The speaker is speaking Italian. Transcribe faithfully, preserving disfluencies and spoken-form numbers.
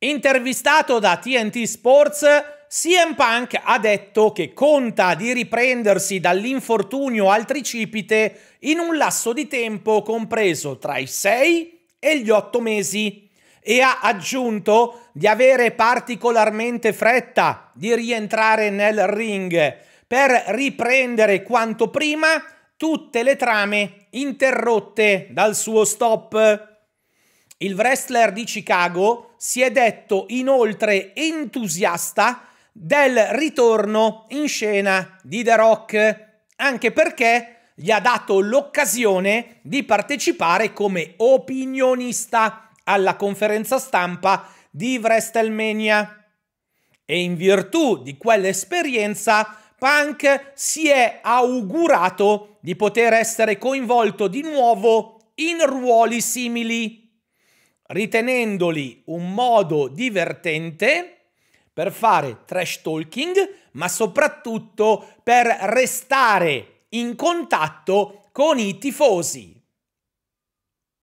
Intervistato da T N T Sports, C M Punk ha detto che conta di riprendersi dall'infortunio al tricipite in un lasso di tempo compreso tra i sei e gli otto mesi e ha aggiunto di avere particolarmente fretta di rientrare nel ring per riprendere quanto prima tutte le trame interrotte dal suo stop. Il wrestler di Chicago si è detto inoltre entusiasta del ritorno in scena di The Rock, anche perché gli ha dato l'occasione di partecipare come opinionista alla conferenza stampa di WrestleMania. E in virtù di quell'esperienza, Punk si è augurato di poter essere coinvolto di nuovo in ruoli simili, ritenendoli un modo divertente per fare trash talking, ma soprattutto per restare in contatto con i tifosi.